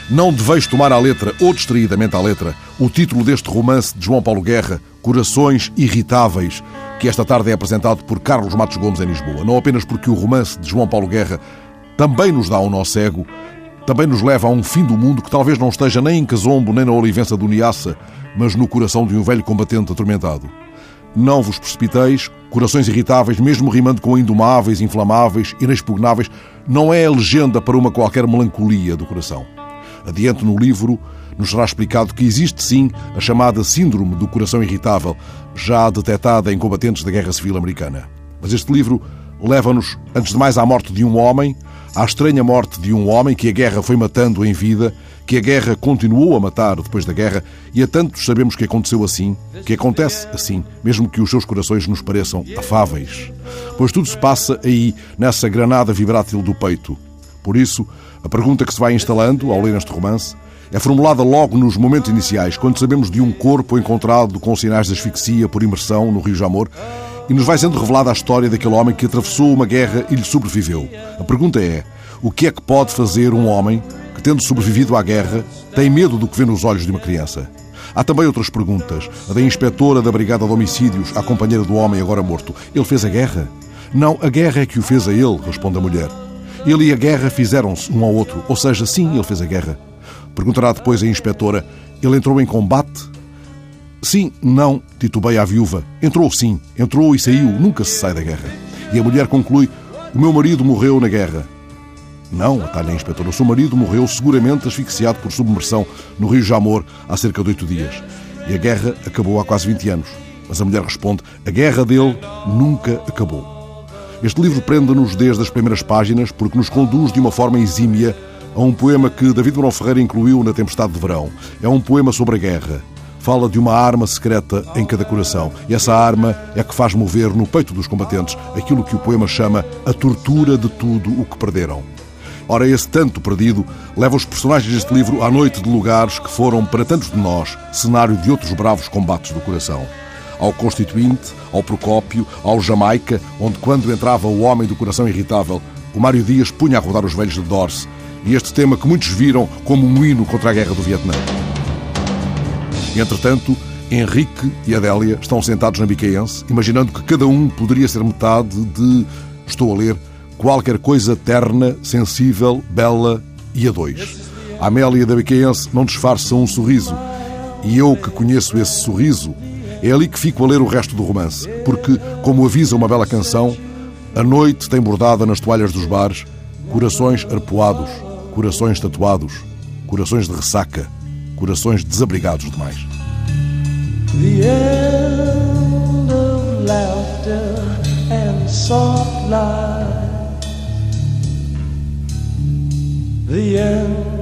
Não deveis tomar à letra, ou distraidamente à letra, o título deste romance de João Paulo Guerra, Corações Irritáveis, que esta tarde é apresentado por Carlos Matos Gomes em Lisboa. Não apenas porque o romance de João Paulo Guerra também nos dá um nó cego, também nos leva a um fim do mundo que talvez não esteja nem em Cazombo nem na Olivença do Niassa, mas no coração de um velho combatente atormentado. Não vos precipiteis, corações irritáveis, mesmo rimando com indomáveis, inflamáveis, inexpugnáveis, não é a legenda para uma qualquer melancolia do coração. Adiante no livro, nos será explicado que existe sim a chamada síndrome do coração irritável, já detectada em combatentes da Guerra Civil Americana. Mas este livro leva-nos, antes de mais, à morte de um homem, à estranha morte de um homem que a guerra foi matando em vida, que a guerra continuou a matar depois da guerra, e a tantos sabemos que aconteceu assim, que acontece assim, mesmo que os seus corações nos pareçam afáveis. Pois tudo se passa aí, nessa granada vibrátil do peito. Por isso, a pergunta que se vai instalando ao ler este romance é formulada logo nos momentos iniciais, quando sabemos de um corpo encontrado com sinais de asfixia por imersão no Rio Jamor, e nos vai sendo revelada a história daquele homem que atravessou uma guerra e lhe sobreviveu. A pergunta é, o que é que pode fazer um homem que, tendo sobrevivido à guerra, tem medo do que vê nos olhos de uma criança? Há também outras perguntas. A da inspetora da Brigada de Homicídios, a companheira do homem agora morto. Ele fez a guerra? Não, a guerra é que o fez a ele, responde a mulher. Ele e a guerra fizeram-se um ao outro, ou seja, sim, ele fez a guerra. Perguntará depois a inspetora, ele entrou em combate? Sim, não, titubeia a viúva. Entrou sim, entrou e saiu, nunca se sai da guerra. E a mulher conclui, o meu marido morreu na guerra. Não, atalha a inspetora, o seu marido morreu seguramente asfixiado por submersão no Rio Jamor há cerca de 8 dias. E a guerra acabou há quase 20 anos. Mas a mulher responde, a guerra dele nunca acabou. Este livro prende-nos desde as primeiras páginas porque nos conduz de uma forma exímia a um poema que David Mourão Ferreira incluiu na Tempestade de Verão. É um poema sobre a guerra. Fala de uma arma secreta em cada coração. E essa arma é que faz mover no peito dos combatentes aquilo que o poema chama a tortura de tudo o que perderam. Ora, esse tanto perdido leva os personagens deste livro à noite de lugares que foram, para tantos de nós, cenário de outros bravos combates do coração. Ao Constituinte, ao Procópio, ao Jamaica, onde, quando entrava o homem do coração irritável, o Mário Dias punha a rodar os velhos de Dorse, e este tema que muitos viram como um hino contra a guerra do Vietnã. Entretanto, Henrique e Adélia estão sentados na Biqueense, imaginando que cada um poderia ser metade de, estou a ler, qualquer coisa terna, sensível, bela e a dois. A Amélia da Biqueense não disfarça um sorriso, e eu que conheço esse sorriso, é ali que fico a ler o resto do romance, porque, como avisa uma bela canção, a noite tem bordada nas toalhas dos bares corações arpoados, corações tatuados, corações de ressaca, corações desabrigados demais. The end of laughter and soft light. The end